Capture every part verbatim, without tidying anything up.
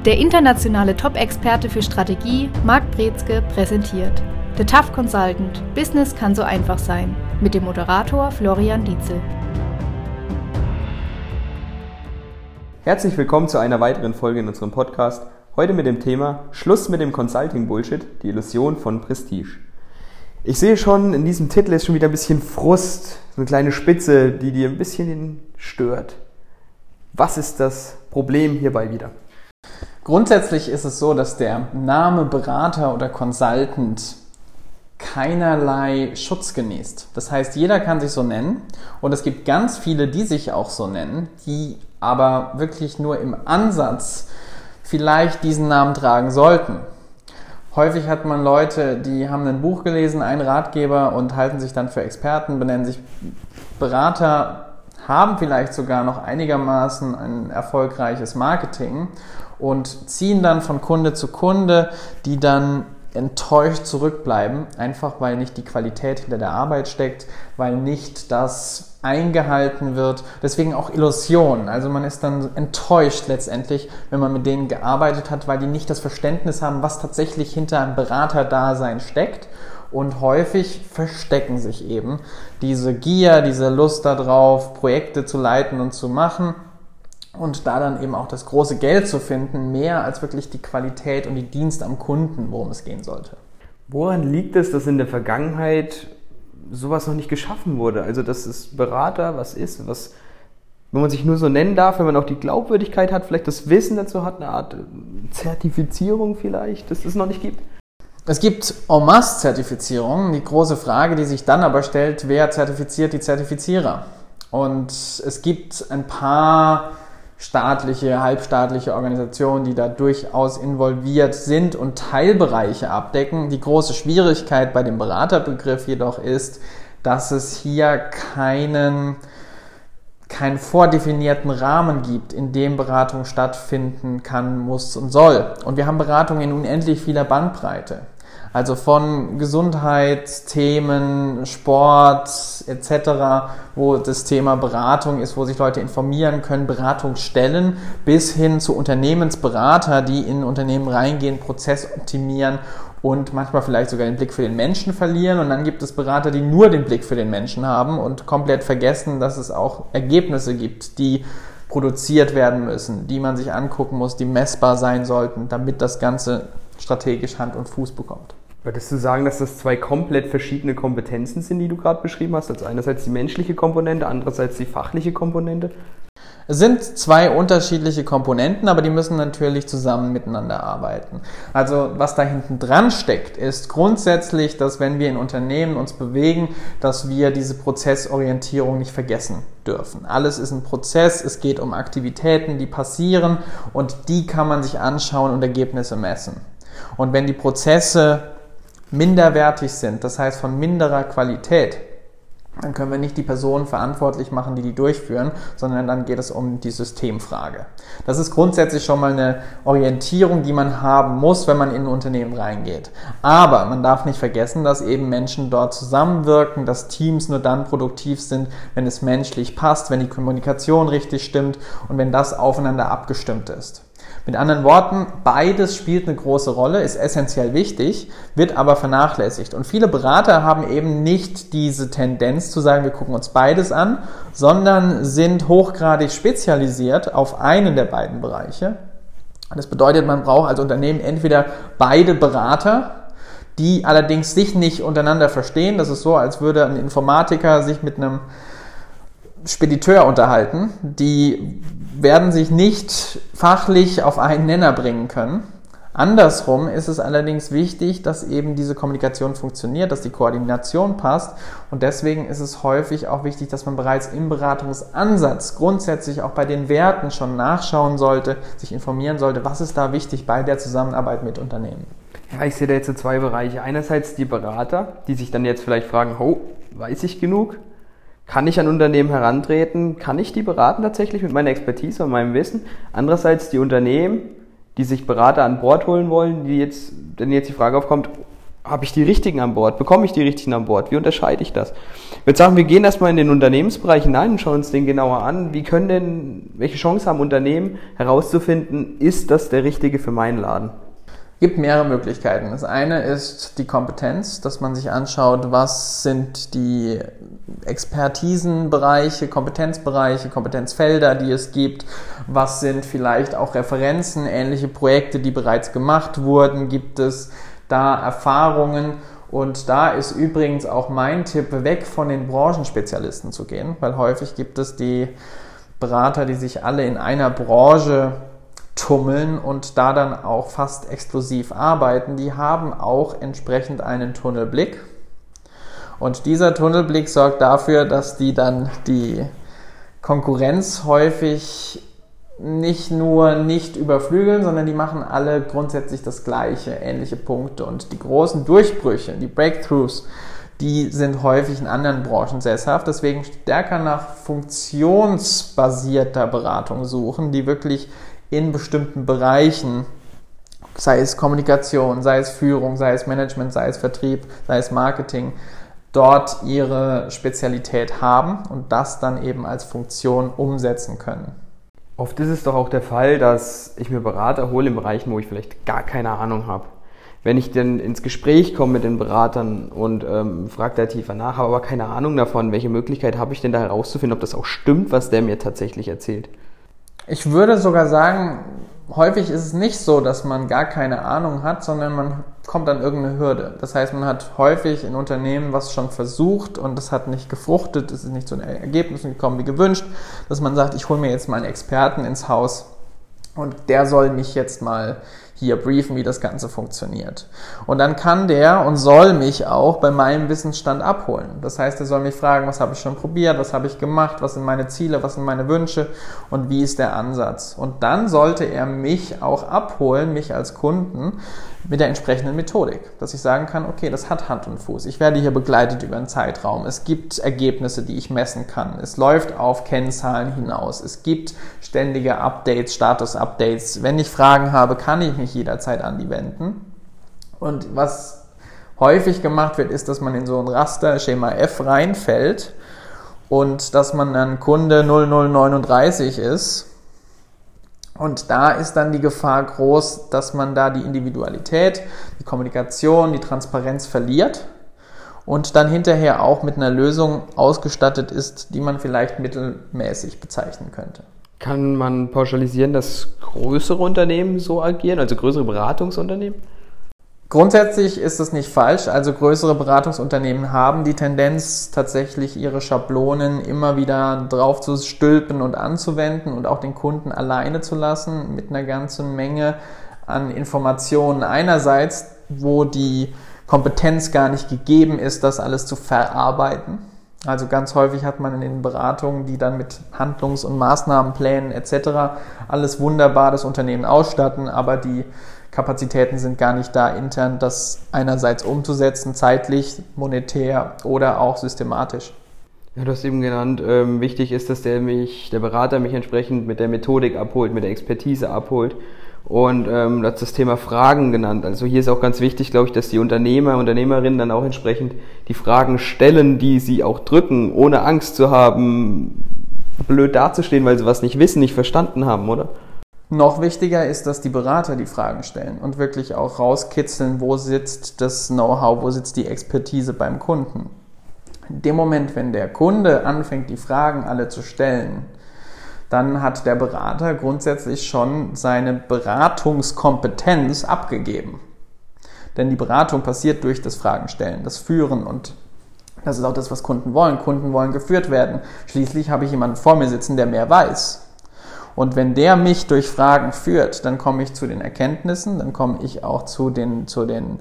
Der internationale Top-Experte für Strategie, Marc Brezke, präsentiert The Tough Consultant – Business kann so einfach sein mit dem Moderator Florian Dietzel. Herzlich willkommen zu einer weiteren Folge in unserem Podcast. Heute mit dem Thema Schluss mit dem Consulting-Bullshit, die Illusion von Prestige. Ich sehe schon, in diesem Titel ist schon wieder ein bisschen Frust, so eine kleine Spitze, die dir ein bisschen stört. Was ist das Problem hierbei wieder? Grundsätzlich ist es so, dass der Name Berater oder Consultant keinerlei Schutz genießt. Das heißt, jeder kann sich so nennen und es gibt ganz viele, die sich auch so nennen, die aber wirklich nur im Ansatz vielleicht diesen Namen tragen sollten. Häufig hat man Leute, die haben ein Buch gelesen, einen Ratgeber und halten sich dann für Experten, benennen sich Berater, haben vielleicht sogar noch einigermaßen ein erfolgreiches Marketing und ziehen dann von Kunde zu Kunde, die dann enttäuscht zurückbleiben, einfach weil nicht die Qualität hinter der Arbeit steckt, weil nicht das eingehalten wird. Deswegen auch Illusion. Also man ist dann enttäuscht letztendlich, wenn man mit denen gearbeitet hat, weil die nicht das Verständnis haben, was tatsächlich hinter einem Beraterdasein steckt. Und häufig verstecken sich eben diese Gier, diese Lust darauf, Projekte zu leiten und zu machen und da dann eben auch das große Geld zu finden, mehr als wirklich die Qualität und die Dienst am Kunden, worum es gehen sollte. Woran liegt es, dass in der Vergangenheit sowas noch nicht geschaffen wurde? Also dass es Berater was ist, was, wenn man sich nur so nennen darf, wenn man auch die Glaubwürdigkeit hat, vielleicht das Wissen dazu hat, eine Art Zertifizierung vielleicht, dass es noch nicht gibt? Es gibt en masse Zertifizierungen. Die große Frage, die sich dann aber stellt, wer zertifiziert die Zertifizierer? Und es gibt ein paar staatliche, halbstaatliche Organisationen, die da durchaus involviert sind und Teilbereiche abdecken. Die große Schwierigkeit bei dem Beraterbegriff jedoch ist, dass es hier keinen, keinen vordefinierten Rahmen gibt, in dem Beratung stattfinden kann, muss und soll. Und wir haben Beratung in unendlich vieler Bandbreite. Also von Gesundheitsthemen, Sport et cetera, wo das Thema Beratung ist, wo sich Leute informieren können, Beratungsstellen, bis hin zu Unternehmensberater, die in Unternehmen reingehen, Prozess optimieren und manchmal vielleicht sogar den Blick für den Menschen verlieren. Und dann gibt es Berater, die nur den Blick für den Menschen haben und komplett vergessen, dass es auch Ergebnisse gibt, die produziert werden müssen, die man sich angucken muss, die messbar sein sollten, damit das Ganze strategisch Hand und Fuß bekommt. Würdest du sagen, dass das zwei komplett verschiedene Kompetenzen sind, die du gerade beschrieben hast? Also einerseits die menschliche Komponente, andererseits die fachliche Komponente? Es sind zwei unterschiedliche Komponenten, aber die müssen natürlich zusammen miteinander arbeiten. Also was da hinten dran steckt, ist grundsätzlich, dass wenn wir in Unternehmen uns bewegen, dass wir diese Prozessorientierung nicht vergessen dürfen. Alles ist ein Prozess, es geht um Aktivitäten, die passieren und die kann man sich anschauen und Ergebnisse messen. Und wenn die Prozesse minderwertig sind, das heißt von minderer Qualität, dann können wir nicht die Personen verantwortlich machen, die die durchführen, sondern dann geht es um die Systemfrage. Das ist grundsätzlich schon mal eine Orientierung, die man haben muss, wenn man in ein Unternehmen reingeht. Aber man darf nicht vergessen, dass eben Menschen dort zusammenwirken, dass Teams nur dann produktiv sind, wenn es menschlich passt, wenn die Kommunikation richtig stimmt und wenn das aufeinander abgestimmt ist. Mit anderen Worten, beides spielt eine große Rolle, ist essentiell wichtig, wird aber vernachlässigt. Und viele Berater haben eben nicht diese Tendenz zu sagen, wir gucken uns beides an, sondern sind hochgradig spezialisiert auf einen der beiden Bereiche. Das bedeutet, man braucht als Unternehmen entweder beide Berater, die allerdings sich nicht untereinander verstehen. Das ist so, als würde ein Informatiker sich mit einem Spediteur unterhalten, die werden sich nicht fachlich auf einen Nenner bringen können. Andersrum ist es allerdings wichtig, dass eben diese Kommunikation funktioniert, dass die Koordination passt und deswegen ist es häufig auch wichtig, dass man bereits im Beratungsansatz grundsätzlich auch bei den Werten schon nachschauen sollte, sich informieren sollte, was ist da wichtig bei der Zusammenarbeit mit Unternehmen. Ja, ich sehe da jetzt so zwei Bereiche. Einerseits die Berater, die sich dann jetzt vielleicht fragen, oh, weiß ich genug? Kann ich an Unternehmen herantreten? Kann ich die beraten tatsächlich mit meiner Expertise und meinem Wissen? Andererseits die Unternehmen, die sich Berater an Bord holen wollen, die jetzt, wenn jetzt die Frage aufkommt, habe ich die richtigen an Bord? Bekomme ich die richtigen an Bord? Wie unterscheide ich das? Ich würde sagen, wir gehen erstmal in den Unternehmensbereich hinein und schauen uns den genauer an. Wie können denn, welche Chance haben Unternehmen herauszufinden, ist das der richtige für meinen Laden? Es gibt mehrere Möglichkeiten. Das eine ist die Kompetenz, dass man sich anschaut, was sind die Expertisenbereiche, Kompetenzbereiche, Kompetenzfelder, die es gibt, was sind vielleicht auch Referenzen, ähnliche Projekte, die bereits gemacht wurden, gibt es da Erfahrungen. Und da ist übrigens auch mein Tipp, weg von den Branchenspezialisten zu gehen, weil häufig gibt es die Berater, die sich alle in einer Branche tummeln und da dann auch fast exklusiv arbeiten, die haben auch entsprechend einen Tunnelblick. Und dieser Tunnelblick sorgt dafür, dass die dann die Konkurrenz häufig nicht nur nicht überflügeln, sondern die machen alle grundsätzlich das Gleiche, ähnliche Punkte. Und die großen Durchbrüche, die Breakthroughs, die sind häufig in anderen Branchen sesshaft. Deswegen stärker nach funktionsbasierter Beratung suchen, die wirklich in bestimmten Bereichen, sei es Kommunikation, sei es Führung, sei es Management, sei es Vertrieb, sei es Marketing, dort ihre Spezialität haben und das dann eben als Funktion umsetzen können. Oft ist es doch auch der Fall, dass ich mir Berater hole in Bereichen, wo ich vielleicht gar keine Ahnung habe. Wenn ich dann ins Gespräch komme mit den Beratern und ähm, frage da tiefer nach, habe aber keine Ahnung davon, welche Möglichkeit habe ich denn da herauszufinden, ob das auch stimmt, was der mir tatsächlich erzählt. Ich würde sogar sagen, häufig ist es nicht so, dass man gar keine Ahnung hat, sondern man kommt an irgendeine Hürde. Das heißt, man hat häufig in Unternehmen was schon versucht und das hat nicht gefruchtet, es ist nicht zu den Ergebnissen gekommen wie gewünscht, dass man sagt, ich hole mir jetzt mal einen Experten ins Haus und der soll mich jetzt mal hier briefen, wie das Ganze funktioniert. Und dann kann der und soll mich auch bei meinem Wissensstand abholen. Das heißt, er soll mich fragen, was habe ich schon probiert, was habe ich gemacht, was sind meine Ziele, was sind meine Wünsche und wie ist der Ansatz. Und dann sollte er mich auch abholen, mich als Kunden, mit der entsprechenden Methodik, dass ich sagen kann, okay, das hat Hand und Fuß. Ich werde hier begleitet über einen Zeitraum. Es gibt Ergebnisse, die ich messen kann. Es läuft auf Kennzahlen hinaus. Es gibt ständige Updates, Status-Updates. Wenn ich Fragen habe, kann ich mich jederzeit an die wenden. Und was häufig gemacht wird, ist, dass man in so ein Raster, Schema F reinfällt und dass man dann Kunde null null neununddreißig ist. Und da ist dann die Gefahr groß, dass man da die Individualität, die Kommunikation, die Transparenz verliert und dann hinterher auch mit einer Lösung ausgestattet ist, die man vielleicht mittelmäßig bezeichnen könnte. Kann man pauschalisieren, dass größere Unternehmen so agieren, also größere Beratungsunternehmen? Grundsätzlich ist es nicht falsch. Also größere Beratungsunternehmen haben die Tendenz, tatsächlich ihre Schablonen immer wieder drauf zu stülpen und anzuwenden und auch den Kunden alleine zu lassen mit einer ganzen Menge an Informationen. Einerseits, wo die Kompetenz gar nicht gegeben ist, das alles zu verarbeiten. Also ganz häufig hat man in den Beratungen, die dann mit Handlungs- und Maßnahmenplänen et cetera alles wunderbar das Unternehmen ausstatten, aber die Kapazitäten sind gar nicht da, intern das einerseits umzusetzen, zeitlich, monetär oder auch systematisch. Ja, du hast eben genannt, ähm, wichtig ist, dass der mich, der Berater mich entsprechend mit der Methodik abholt, mit der Expertise abholt. Und ähm, du hast das Thema Fragen genannt. Also hier ist auch ganz wichtig, glaube ich, dass die Unternehmer, Unternehmerinnen dann auch entsprechend die Fragen stellen, die sie auch drücken, ohne Angst zu haben, blöd dazustehen, weil sie was nicht wissen, nicht verstanden haben, oder? Noch wichtiger ist, dass die Berater die Fragen stellen und wirklich auch rauskitzeln, wo sitzt das Know-how, wo sitzt die Expertise beim Kunden. In dem Moment, wenn der Kunde anfängt, die Fragen alle zu stellen, dann hat der Berater grundsätzlich schon seine Beratungskompetenz abgegeben. Denn die Beratung passiert durch das Fragenstellen, das Führen und das ist auch das, was Kunden wollen. Kunden wollen geführt werden. Schließlich habe ich jemanden vor mir sitzen, der mehr weiß. Und wenn der mich durch Fragen führt, dann komme ich zu den Erkenntnissen, dann komme ich auch zu den, zu den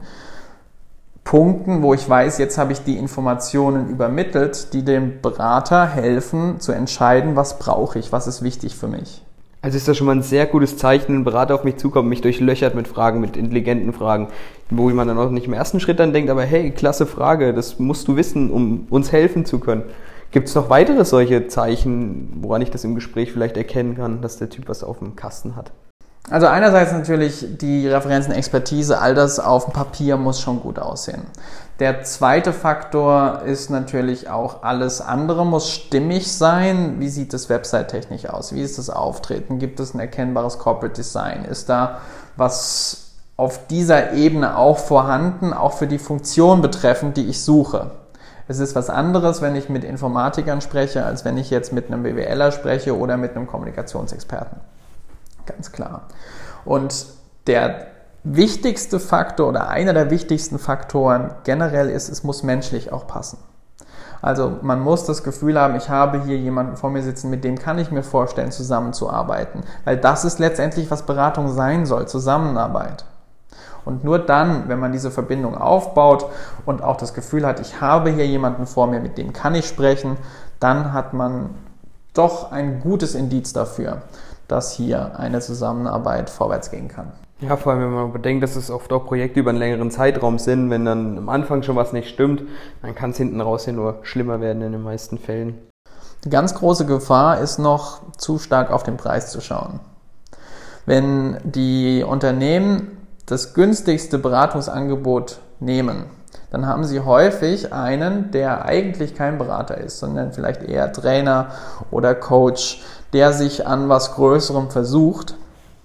Punkten, wo ich weiß, jetzt habe ich die Informationen übermittelt, die dem Berater helfen zu entscheiden, was brauche ich, was ist wichtig für mich. Also ist das schon mal ein sehr gutes Zeichen, wenn ein Berater auf mich zukommt, mich durchlöchert mit Fragen, mit intelligenten Fragen, wo man dann auch nicht im ersten Schritt dann denkt, aber hey, klasse Frage, das musst du wissen, um uns helfen zu können. Gibt es noch weitere solche Zeichen, woran ich das im Gespräch vielleicht erkennen kann, dass der Typ was auf dem Kasten hat? Also einerseits natürlich die Referenzen, Expertise, all das auf dem Papier muss schon gut aussehen. Der zweite Faktor ist natürlich auch, alles andere muss stimmig sein. Wie sieht es website-technisch aus? Wie ist das Auftreten? Gibt es ein erkennbares Corporate Design? Ist da was auf dieser Ebene auch vorhanden, auch für die Funktion betreffend, die ich suche? Es ist was anderes, wenn ich mit Informatikern spreche, als wenn ich jetzt mit einem BWLer spreche oder mit einem Kommunikationsexperten. Ganz klar. Und der wichtigste Faktor oder einer der wichtigsten Faktoren generell ist, es muss menschlich auch passen. Also man muss das Gefühl haben, ich habe hier jemanden vor mir sitzen, mit dem kann ich mir vorstellen, zusammenzuarbeiten. Weil das ist letztendlich, was Beratung sein soll, Zusammenarbeit. Und nur dann, wenn man diese Verbindung aufbaut und auch das Gefühl hat, ich habe hier jemanden vor mir, mit dem kann ich sprechen, dann hat man doch ein gutes Indiz dafür, dass hier eine Zusammenarbeit vorwärts gehen kann. Ja, vor allem, wenn man bedenkt, dass es oft auch Projekte über einen längeren Zeitraum sind, wenn dann am Anfang schon was nicht stimmt, dann kann es hinten raus ja nur schlimmer werden in den meisten Fällen. Die ganz große Gefahr ist noch, zu stark auf den Preis zu schauen. Wenn die Unternehmen das günstigste Beratungsangebot nehmen, dann haben sie häufig einen, der eigentlich kein Berater ist, sondern vielleicht eher Trainer oder Coach, der sich an was Größerem versucht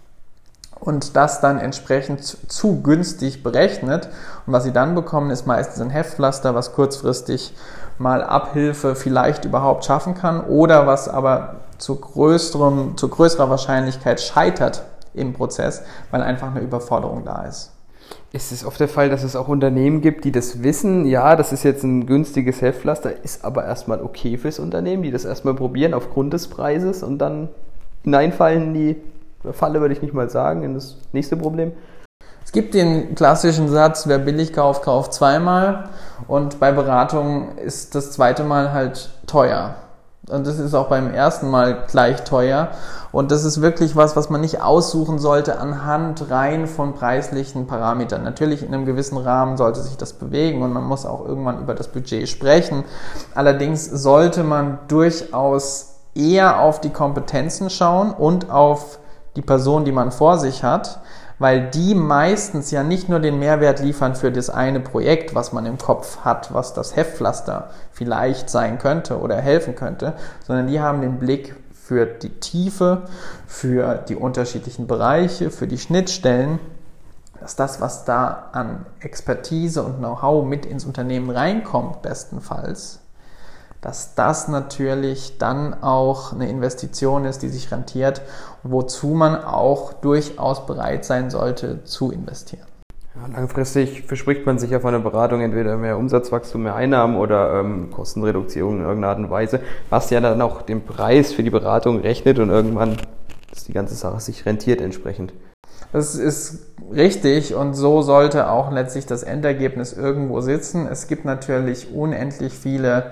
und das dann entsprechend zu günstig berechnet. Und was sie dann bekommen, ist meistens ein Heftpflaster, was kurzfristig mal Abhilfe vielleicht überhaupt schaffen kann oder was aber zu größerem, zu größerer Wahrscheinlichkeit scheitert im Prozess, weil einfach eine Überforderung da ist. Ist es oft der Fall, dass es auch Unternehmen gibt, die das wissen, ja, das ist jetzt ein günstiges Heftpflaster, ist aber erstmal okay fürs Unternehmen, die das erstmal probieren aufgrund des Preises und dann hineinfallen in die Falle, würde ich nicht mal sagen, in das nächste Problem? Es gibt den klassischen Satz, wer billig kauft, kauft zweimal, und bei Beratungen ist das zweite Mal halt teuer. Und das ist auch beim ersten Mal gleich teuer. Und das ist wirklich was, was man nicht aussuchen sollte anhand rein von preislichen Parametern. Natürlich in einem gewissen Rahmen sollte sich das bewegen und man muss auch irgendwann über das Budget sprechen. Allerdings sollte man durchaus eher auf die Kompetenzen schauen und auf die Person, die man vor sich hat, weil die meistens ja nicht nur den Mehrwert liefern für das eine Projekt, was man im Kopf hat, was das Heftpflaster vielleicht sein könnte oder helfen könnte, sondern die haben den Blick für die Tiefe, für die unterschiedlichen Bereiche, für die Schnittstellen, dass das, was da an Expertise und Know-how mit ins Unternehmen reinkommt, bestenfalls, dass das natürlich dann auch eine Investition ist, die sich rentiert und wozu man auch durchaus bereit sein sollte zu investieren. Ja, langfristig verspricht man sich ja von der Beratung entweder mehr Umsatzwachstum, mehr Einnahmen oder ähm, Kostenreduzierung in irgendeiner Art und Weise, was ja dann auch den Preis für die Beratung rechnet und irgendwann ist die ganze Sache sich rentiert entsprechend. Das ist richtig und so sollte auch letztlich das Endergebnis irgendwo sitzen. Es gibt natürlich unendlich viele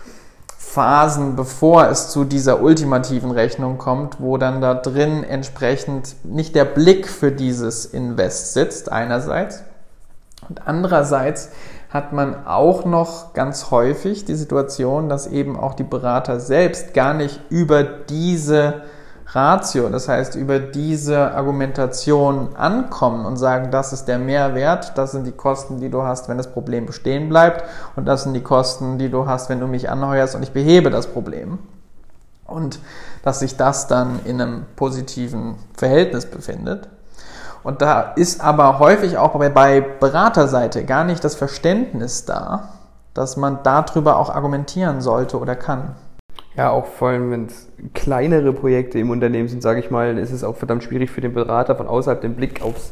Phasen, bevor es zu dieser ultimativen Rechnung kommt, wo dann da drin entsprechend nicht der Blick für dieses Invest sitzt, einerseits. Und andererseits hat man auch noch ganz häufig die Situation, dass eben auch die Berater selbst gar nicht über diese Ratio, das heißt über diese Argumentation ankommen und sagen, das ist der Mehrwert, das sind die Kosten, die du hast, wenn das Problem bestehen bleibt und das sind die Kosten, die du hast, wenn du mich anheuerst und ich behebe das Problem. Und dass sich das dann in einem positiven Verhältnis befindet. Und da ist aber häufig auch bei, bei Beraterseite gar nicht das Verständnis da, dass man darüber auch argumentieren sollte oder kann. Ja, auch vor allem, wenn es kleinere Projekte im Unternehmen sind, sage ich mal, ist es auch verdammt schwierig für den Berater von außerhalb den Blick aufs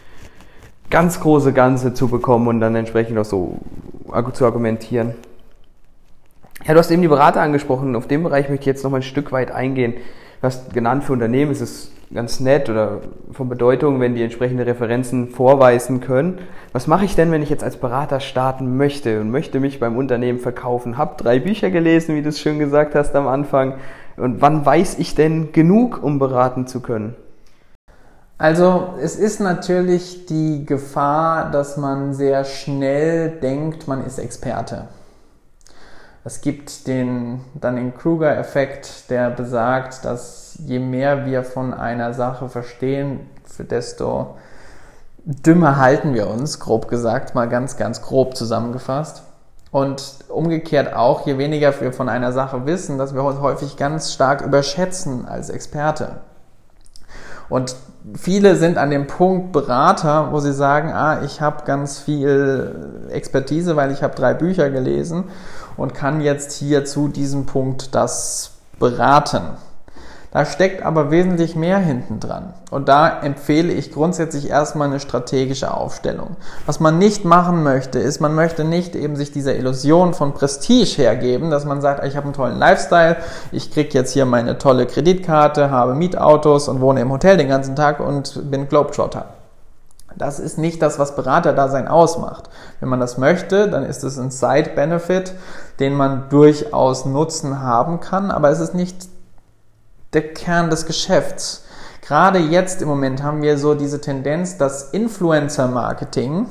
ganz große Ganze zu bekommen und dann entsprechend auch so zu argumentieren. Ja, du hast eben die Berater angesprochen, auf den Bereich möchte ich jetzt noch mal ein Stück weit eingehen. Du hast genannt, für Unternehmen ist es ganz nett oder von Bedeutung, wenn die entsprechende Referenzen vorweisen können. Was mache ich denn, wenn ich jetzt als Berater starten möchte und möchte mich beim Unternehmen verkaufen? Hab drei Bücher gelesen, wie du es schön gesagt hast am Anfang. Und wann weiß ich denn genug, um beraten zu können? Also es ist natürlich die Gefahr, dass man sehr schnell denkt, man ist Experte. Es gibt den Dunning-Kruger-Effekt, der besagt, dass je mehr wir von einer Sache verstehen, für desto dümmer halten wir uns, grob gesagt, mal ganz, ganz grob zusammengefasst. Und umgekehrt auch, je weniger wir von einer Sache wissen, dass wir uns häufig ganz stark überschätzen als Experte. Und viele sind an dem Punkt Berater, wo sie sagen, ah, ich habe ganz viel Expertise, weil ich habe drei Bücher gelesen und kann jetzt hier zu diesem Punkt das beraten. Da steckt aber wesentlich mehr hinten dran. Und da empfehle ich grundsätzlich erstmal eine strategische Aufstellung. Was man nicht machen möchte, ist, man möchte nicht eben sich dieser Illusion von Prestige hergeben, dass man sagt, ich habe einen tollen Lifestyle, ich kriege jetzt hier meine tolle Kreditkarte, habe Mietautos und wohne im Hotel den ganzen Tag und bin Globetrotter. Das ist nicht das, was Beraterdasein ausmacht. Wenn man das möchte, dann ist es ein Side-Benefit, den man durchaus Nutzen haben kann, aber es ist nicht der Kern des Geschäfts. Gerade jetzt im Moment haben wir so diese Tendenz, dass Influencer-Marketing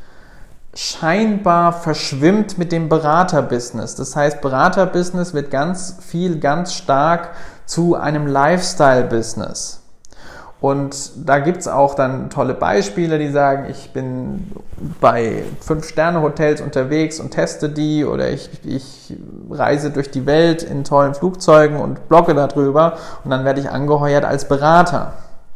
scheinbar verschwimmt mit dem Beraterbusiness. Das heißt, Beraterbusiness wird ganz viel, ganz stark zu einem Lifestyle-Business. Und da gibt es auch dann tolle Beispiele, die sagen, ich bin bei Fünf-Sterne-Hotels unterwegs und teste die, oder ich, ich reise durch die Welt in tollen Flugzeugen und blogge darüber und dann werde ich angeheuert als Berater.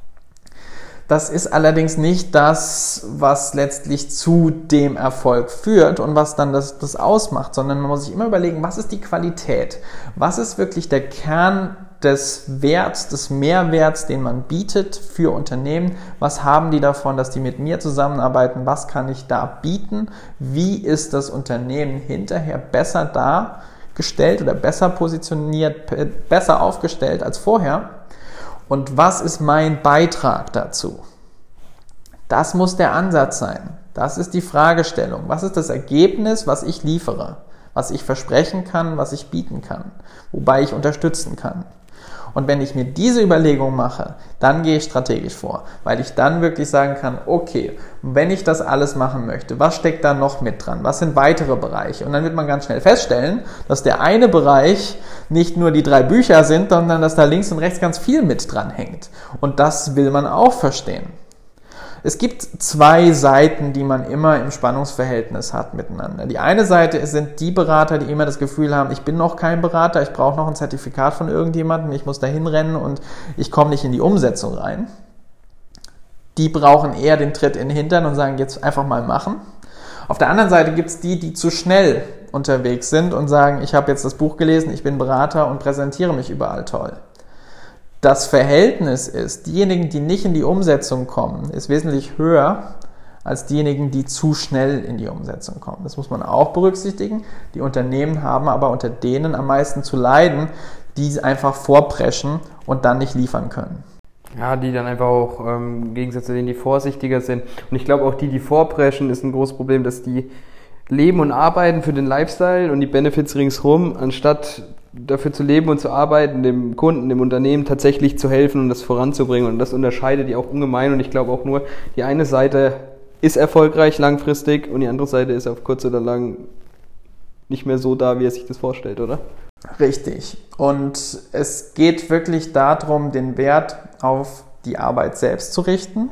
Das ist allerdings nicht das, was letztlich zu dem Erfolg führt und was dann das, das ausmacht, sondern man muss sich immer überlegen, was ist die Qualität? Was ist wirklich der Kern des Werts, des Mehrwerts, den man bietet für Unternehmen? Was haben die davon, dass die mit mir zusammenarbeiten? Was kann ich da bieten? Wie ist das Unternehmen hinterher besser dargestellt oder besser positioniert, besser aufgestellt als vorher? Und was ist mein Beitrag dazu? Das muss der Ansatz sein. Das ist die Fragestellung. Was ist das Ergebnis, was ich liefere? Was ich versprechen kann, was ich bieten kann? Wobei ich unterstützen kann? Und wenn ich mir diese Überlegung mache, dann gehe ich strategisch vor, weil ich dann wirklich sagen kann, okay, wenn ich das alles machen möchte, was steckt da noch mit dran? Was sind weitere Bereiche? Und dann wird man ganz schnell feststellen, dass der eine Bereich nicht nur die drei Bücher sind, sondern dass da links und rechts ganz viel mit dran hängt. Und das will man auch verstehen. Es gibt zwei Seiten, die man immer im Spannungsverhältnis hat miteinander. Die eine Seite sind die Berater, die immer das Gefühl haben, ich bin noch kein Berater, ich brauche noch ein Zertifikat von irgendjemandem, ich muss da hinrennen und ich komme nicht in die Umsetzung rein. Die brauchen eher den Tritt in den Hintern und sagen, jetzt einfach mal machen. Auf der anderen Seite gibt es die, die zu schnell unterwegs sind und sagen, ich habe jetzt das Buch gelesen, ich bin Berater und präsentiere mich überall toll. Das Verhältnis ist, diejenigen, die nicht in die Umsetzung kommen, ist wesentlich höher als diejenigen, die zu schnell in die Umsetzung kommen. Das muss man auch berücksichtigen. Die Unternehmen haben aber unter denen am meisten zu leiden, die einfach vorpreschen und dann nicht liefern können. Ja, die dann einfach auch ähm, im Gegensatz zu denen, die vorsichtiger sind. Und ich glaube auch die, die vorpreschen, ist ein großes Problem, dass die leben und arbeiten für den Lifestyle und die Benefits ringsherum, anstatt dafür zu leben und zu arbeiten, dem Kunden, dem Unternehmen tatsächlich zu helfen und das voranzubringen. Und das unterscheidet die auch ungemein. Und ich glaube auch nur, die eine Seite ist erfolgreich langfristig und die andere Seite ist auf kurz oder lang nicht mehr so da, wie er sich das vorstellt, oder? Richtig. Und es geht wirklich darum, den Wert auf die Arbeit selbst zu richten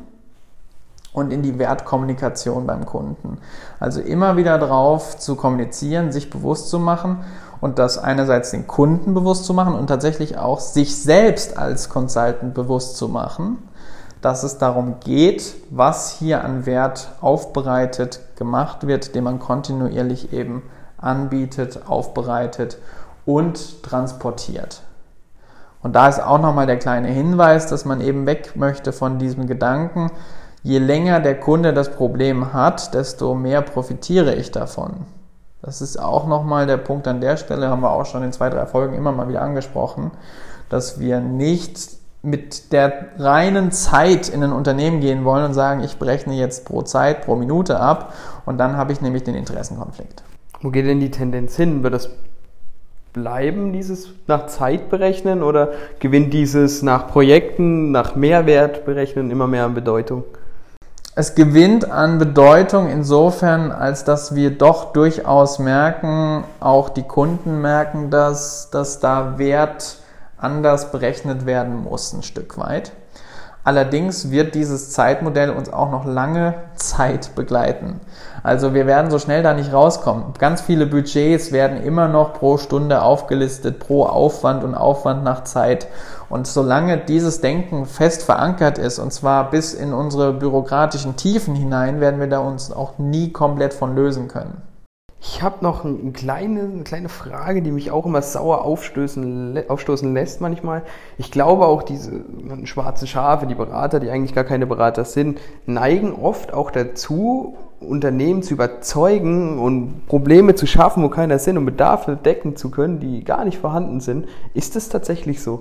und in die Wertkommunikation beim Kunden. Also immer wieder drauf zu kommunizieren, sich bewusst zu machen und das einerseits den Kunden bewusst zu machen und tatsächlich auch sich selbst als Consultant bewusst zu machen, dass es darum geht, was hier an Wert aufbereitet gemacht wird, den man kontinuierlich eben anbietet, aufbereitet und transportiert. Und da ist auch nochmal der kleine Hinweis, dass man eben weg möchte von diesem Gedanken, je länger der Kunde das Problem hat, desto mehr profitiere ich davon. Das ist auch nochmal der Punkt an der Stelle, haben wir auch schon in zwei, drei Folgen immer mal wieder angesprochen, dass wir nicht mit der reinen Zeit in ein Unternehmen gehen wollen und sagen, ich berechne jetzt pro Zeit, pro Minute ab und dann habe ich nämlich den Interessenkonflikt. Wo geht denn die Tendenz hin? Wird das bleiben, dieses nach Zeit berechnen, oder gewinnt dieses nach Projekten, nach Mehrwert berechnen immer mehr an Bedeutung? Es gewinnt an Bedeutung insofern, als dass wir doch durchaus merken, auch die Kunden merken, dass, dass da Wert anders berechnet werden muss, ein Stück weit. Allerdings wird dieses Zeitmodell uns auch noch lange Zeit begleiten. Also wir werden so schnell da nicht rauskommen. Ganz viele Budgets werden immer noch pro Stunde aufgelistet, pro Aufwand und Aufwand nach Zeit. Und solange dieses Denken fest verankert ist, und zwar bis in unsere bürokratischen Tiefen hinein, werden wir da uns auch nie komplett von lösen können. Ich habe noch eine kleine, eine kleine Frage, die mich auch immer sauer aufstößen, aufstoßen lässt manchmal. Ich glaube auch, diese schwarzen Schafe, die Berater, die eigentlich gar keine Berater sind, neigen oft auch dazu, Unternehmen zu überzeugen und Probleme zu schaffen, wo keiner sind, und Bedarfe decken zu können, die gar nicht vorhanden sind. Ist das tatsächlich so?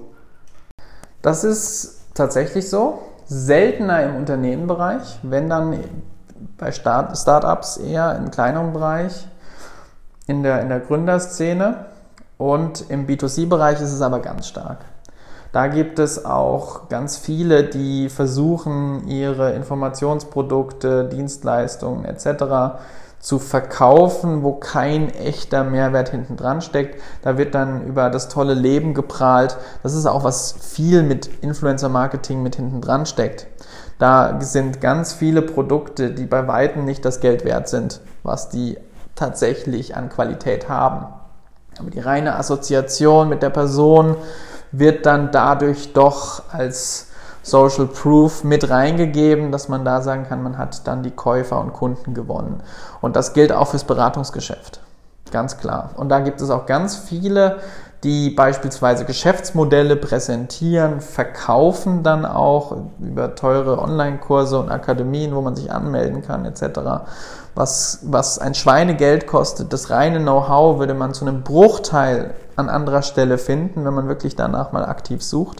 Das ist tatsächlich so. Seltener im Unternehmenbereich, wenn dann bei Start- Startups eher im kleineren Bereich. In der, in der Gründerszene, und im B zwei C-Bereich ist es aber ganz stark. Da gibt es auch ganz viele, die versuchen, ihre Informationsprodukte, Dienstleistungen et cetera zu verkaufen, wo kein echter Mehrwert hinten dran steckt. Da wird dann über das tolle Leben geprahlt. Das ist auch, was viel mit Influencer-Marketing mit hinten dran steckt. Da sind ganz viele Produkte, die bei Weitem nicht das Geld wert sind, was die tatsächlich an Qualität haben. Aber die reine Assoziation mit der Person wird dann dadurch doch als Social Proof mit reingegeben, dass man da sagen kann, man hat dann die Käufer und Kunden gewonnen. Und das gilt auch fürs Beratungsgeschäft. Ganz klar. Und da gibt es auch ganz viele, die beispielsweise Geschäftsmodelle präsentieren, verkaufen dann auch über teure Online-Kurse und Akademien, wo man sich anmelden kann et cetera. Was, was ein Schweinegeld kostet. Das reine Know-how würde man zu einem Bruchteil an anderer Stelle finden, wenn man wirklich danach mal aktiv sucht.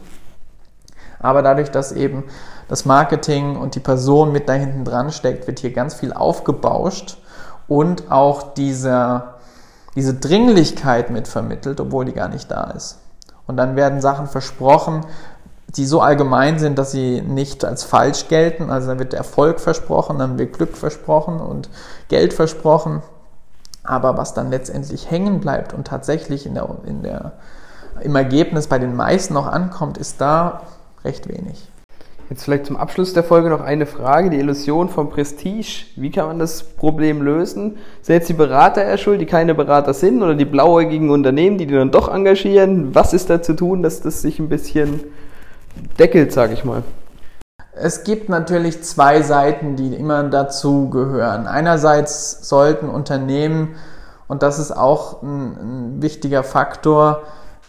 Aber dadurch, dass eben das Marketing und die Person mit da hinten dran steckt, wird hier ganz viel aufgebauscht und auch dieser, diese Dringlichkeit mit vermittelt, obwohl die gar nicht da ist. Und dann werden Sachen versprochen, die so allgemein sind, dass sie nicht als falsch gelten. Also dann wird Erfolg versprochen, dann wird Glück versprochen und Geld versprochen. Aber was dann letztendlich hängen bleibt und tatsächlich in der, in der, im Ergebnis bei den meisten noch ankommt, ist da recht wenig. Jetzt vielleicht zum Abschluss der Folge noch eine Frage, die Illusion vom Prestige. Wie kann man das Problem lösen? Sind jetzt die Berater eher schuld, die keine Berater sind, oder die blauäugigen Unternehmen, die die dann doch engagieren? Was ist da zu tun, dass das sich ein bisschen deckelt, sage ich mal? Es gibt natürlich zwei Seiten, die immer dazu gehören. Einerseits sollten Unternehmen, und das ist auch ein, ein wichtiger Faktor,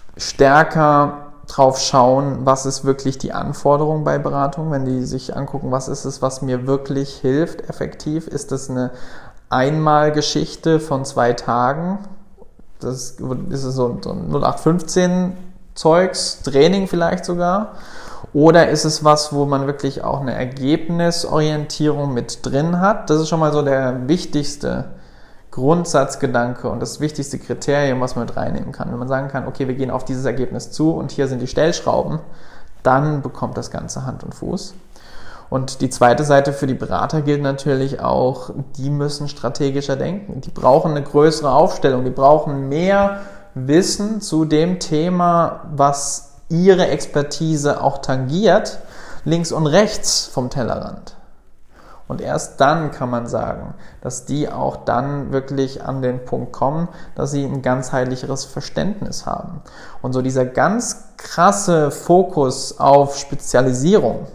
stärker drauf schauen, was ist wirklich die Anforderung bei Beratung, wenn die sich angucken, was ist es, was mir wirklich hilft, effektiv. Ist das eine Einmalgeschichte von zwei Tagen? Das ist so, so ein null acht fünfzehn Zeugs, Training vielleicht sogar. Oder ist es was, wo man wirklich auch eine Ergebnisorientierung mit drin hat? Das ist schon mal so der wichtigste Grundsatzgedanke und das wichtigste Kriterium, was man mit reinnehmen kann. Wenn man sagen kann, okay, wir gehen auf dieses Ergebnis zu und hier sind die Stellschrauben, dann bekommt das Ganze Hand und Fuß. Und die zweite Seite für die Berater gilt natürlich auch, die müssen strategischer denken. Die brauchen eine größere Aufstellung, die brauchen mehr Wissen zu dem Thema, was ihre Expertise auch tangiert, links und rechts vom Tellerrand. Und erst dann kann man sagen, dass die auch dann wirklich an den Punkt kommen, dass sie ein ganzheitlicheres Verständnis haben. Und so dieser ganz krasse Fokus auf Spezialisierung,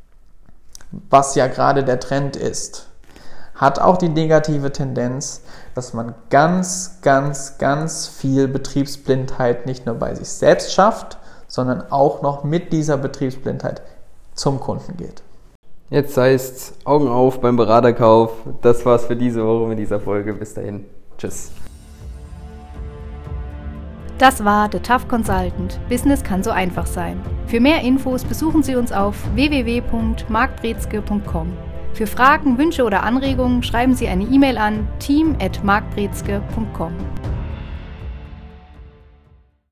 was ja gerade der Trend ist, hat auch die negative Tendenz, dass man ganz, ganz, ganz viel Betriebsblindheit nicht nur bei sich selbst schafft, sondern auch noch mit dieser Betriebsblindheit zum Kunden geht. Jetzt heißt Augen auf beim Beraterkauf. Das war's für diese Woche mit dieser Folge. Bis dahin. Tschüss. Das war The Tough Consultant. Business kann so einfach sein. Für mehr Infos besuchen Sie uns auf w w w punkt marc brezke punkt com. Für Fragen, Wünsche oder Anregungen schreiben Sie eine E-Mail an team at marc brezke punkt com.